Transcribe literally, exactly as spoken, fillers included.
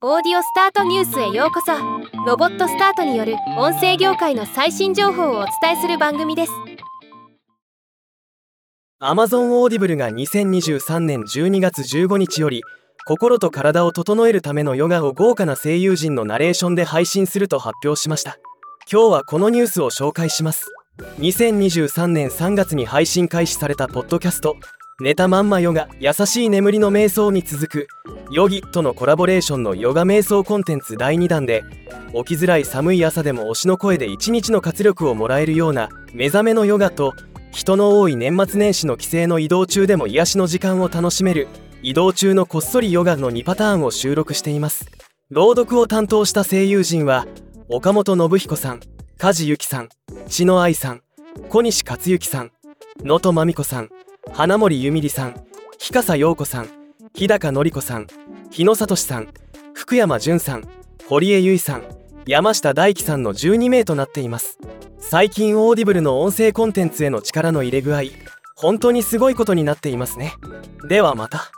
オーディオスタートニュースへようこそ。ロボットスタートによる音声業界の最新情報をお伝えする番組です。 Amazon Audible がにせんにじゅうさんねんじゅうにがつじゅうごにちより心と体を整えるためのヨガを豪華な声優陣のナレーションで配信すると発表しました。今日はこのニュースを紹介します。にせんにじゅうさんねんさんがつに配信開始されたポッドキャスト寝たまんまヨガ優しい眠りの瞑想に続くヨギとのコラボレーションのヨガ瞑想コンテンツだいにだんで、起きづらい寒い朝でも推しの声で一日の活力をもらえるような目覚めのヨガと、人の多い年末年始の帰省の移動中でも癒しの時間を楽しめる移動中のこっそりヨガのにパターンを収録しています。朗読を担当した声優陣は岡本信彦さん、梶由紀さん、知野愛さん、小西克幸さん、能登まみこさん、花森ゆみりさん、日笠陽子さん、日高のり子さん、日野聡さん、福山潤さん、堀江由衣さん、山下大輝さんのじゅうにめいとなっています。最近オーディブルの音声コンテンツへの力の入れ具合、本当にすごいことになっていますね。ではまた。